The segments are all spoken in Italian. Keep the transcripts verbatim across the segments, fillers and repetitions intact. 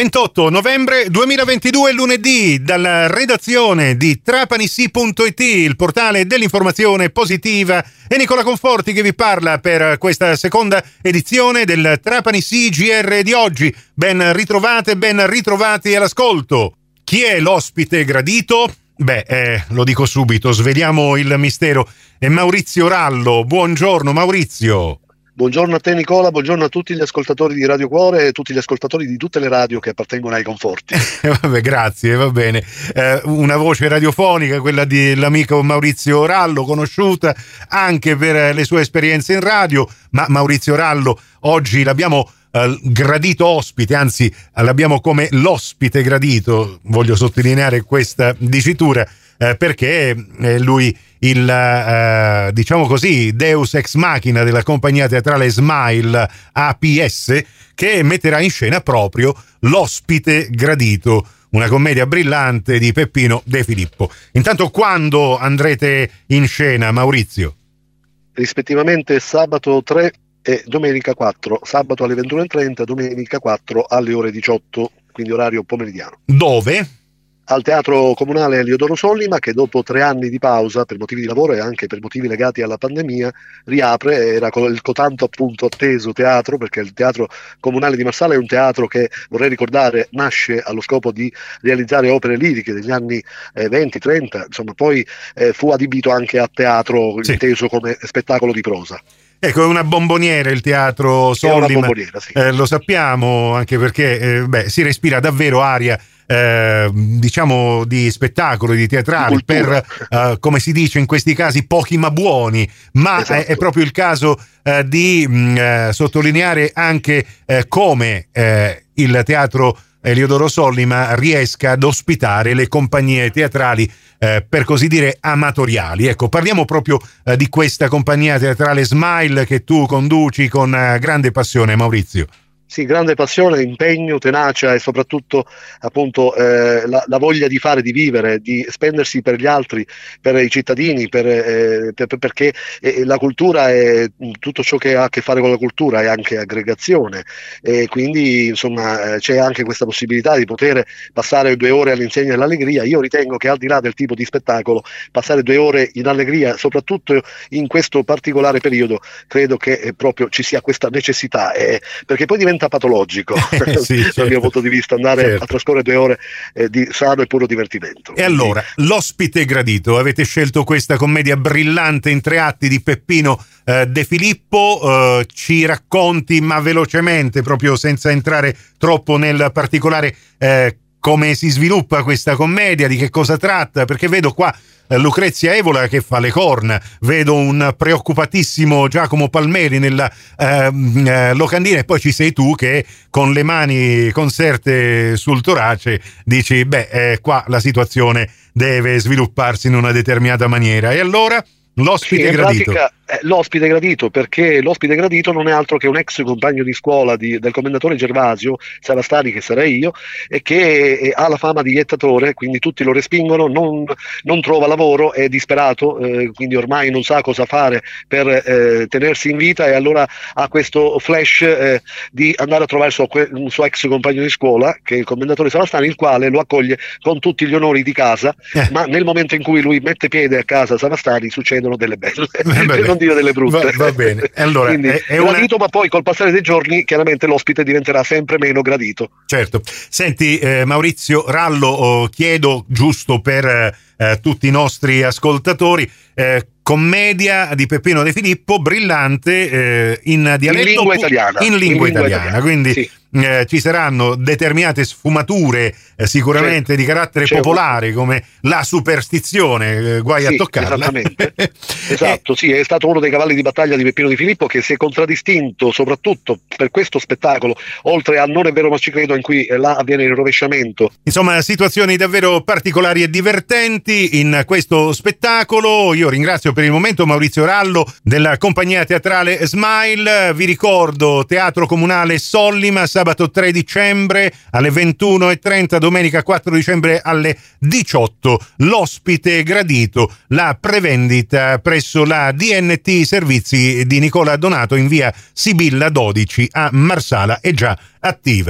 ventotto novembre duemilaventidue, lunedì, dalla redazione di Trapanissi punto it, il portale dell'informazione positiva, e Nicola Conforti che vi parla per questa seconda edizione del Trapanissi G R di oggi. Ben ritrovate, ben ritrovati all'ascolto. Chi è l'ospite gradito? Beh, eh, lo dico subito, sveliamo il mistero. È Maurizio Rallo. Buongiorno Maurizio. Buongiorno a te Nicola, buongiorno a tutti gli ascoltatori di Radio Cuore e tutti gli ascoltatori di tutte le radio che appartengono ai Conforti. Vabbè, grazie, va bene. Eh, una voce radiofonica, quella dell'amico Maurizio Rallo, conosciuta anche per le sue esperienze in radio, ma Maurizio Rallo oggi l'abbiamo eh, gradito ospite, anzi l'abbiamo come l'ospite gradito, voglio sottolineare questa dicitura, eh, perché è lui il, eh, diciamo così, deus ex machina della compagnia teatrale Smile A P S, che metterà in scena proprio L'ospite gradito, una commedia brillante di Peppino De Filippo. Intanto, quando andrete in scena, Maurizio? Rispettivamente sabato tre e domenica quattro, sabato alle ventuno e trenta, domenica quattro alle ore diciotto, quindi orario pomeridiano. Dove? Al Teatro Comunale Eliodoro Sollima, che dopo tre anni di pausa per motivi di lavoro e anche per motivi legati alla pandemia riapre. Era il cotanto appunto atteso teatro, perché il Teatro Comunale di Marsala è un teatro che, vorrei ricordare, nasce allo scopo di realizzare opere liriche degli anni eh, venti trenta, insomma poi eh, fu adibito anche a teatro, sì, inteso come spettacolo di prosa. Ecco, è una bomboniera il Teatro Sollima, sì. eh, lo sappiamo, anche perché eh, beh, si respira davvero aria Eh, diciamo di spettacolo, di teatrale, di per eh, come si dice in questi casi pochi ma buoni, ma esatto. è, è proprio il caso eh, di mh, eh, sottolineare anche eh, come eh, il Teatro Eliodoro Sollima riesca ad ospitare le compagnie teatrali eh, per così dire amatoriali. Ecco, parliamo proprio eh, di questa compagnia teatrale Smile che tu conduci con eh, grande passione, Maurizio. Sì, grande passione, impegno, tenacia e soprattutto appunto eh, la, la voglia di fare, di vivere, di spendersi per gli altri, per i cittadini, per, eh, per, perché eh, la cultura è tutto ciò che ha a che fare con la cultura, è anche aggregazione, e quindi insomma eh, c'è anche questa possibilità di poter passare due ore all'insegna dell'allegria. Io ritengo che al di là del tipo di spettacolo, passare due ore in allegria, soprattutto in questo particolare periodo, credo che eh, proprio ci sia questa necessità, eh, perché poi diventa patologico eh, sì, certo. dal mio punto di vista andare certo. a trascorrere due ore eh, di sano e puro divertimento. E allora, l'ospite gradito, avete scelto questa commedia brillante in tre atti di Peppino eh, De Filippo, eh, ci racconti ma velocemente, proprio senza entrare troppo nel particolare, eh, come si sviluppa questa commedia, di che cosa tratta, perché vedo qua Lucrezia Evola che fa le corna, vedo un preoccupatissimo Giacomo Palmeri nella eh, eh, locandina, e poi ci sei tu che con le mani conserte sul torace dici beh eh, qua la situazione deve svilupparsi in una determinata maniera. E allora l'ospite sì, gradito. Pratica, eh, l'ospite gradito, perché l'ospite gradito non è altro che un ex compagno di scuola di, del commendatore Gervasio Savastani, che sarei io, e che eh, ha la fama di iettatore, quindi tutti lo respingono, non, non trova lavoro, è disperato, eh, quindi ormai non sa cosa fare per eh, tenersi in vita, e allora ha questo flash eh, di andare a trovare il suo, un suo ex compagno di scuola, che è il commendatore Savastani, il quale lo accoglie con tutti gli onori di casa, eh. ma nel momento in cui lui mette piede a casa Savastani succedono delle belle, per non dire delle brutte. Va, va bene. Allora, quindi è, è gradito, una... ma poi col passare dei giorni chiaramente l'ospite diventerà sempre meno gradito. Certo. Senti eh, Maurizio Rallo, oh, chiedo giusto per eh, tutti i nostri ascoltatori, eh, commedia di Peppino De Filippo, brillante eh, in dialetto, in lingua italiana, in lingua, in lingua italiana, italiana, quindi sì. eh, ci saranno determinate sfumature eh, sicuramente certo. di carattere C'è popolare un... come la superstizione, eh, guai sì, a toccarla. Esattamente. Esatto, sì, è stato uno dei cavalli di battaglia di Peppino De Filippo, che si è contraddistinto soprattutto per questo spettacolo, oltre al Non è vero ma ci credo, in cui eh, là avviene il rovesciamento. Insomma, situazioni davvero particolari e divertenti in questo spettacolo. Io ringrazio per il momento Maurizio Rallo della compagnia teatrale Smile. Vi ricordo Teatro Comunale Sollima, sabato tre dicembre alle ventuno e trenta, domenica quattro dicembre alle diciotto. L'ospite gradito, la prevendita presso la D N T Servizi di Nicola Donato in via Sibilla dodici a Marsala è già attiva.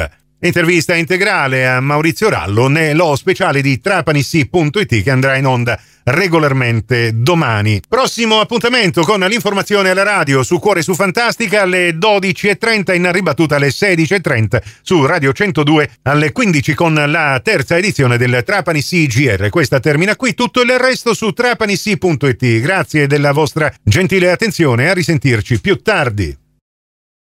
Intervista integrale a Maurizio Rallo nello speciale di trapanissi punto it che andrà in onda regolarmente domani. Prossimo appuntamento con l'informazione alla radio su Cuore su Fantastica alle dodici e trenta, in ribattuta alle sedici e trenta su Radio centodue, alle quindici con la terza edizione del Trapanissi G R. Questa termina qui, tutto il resto su trapanissi punto it. Grazie della vostra gentile attenzione, a risentirci più tardi.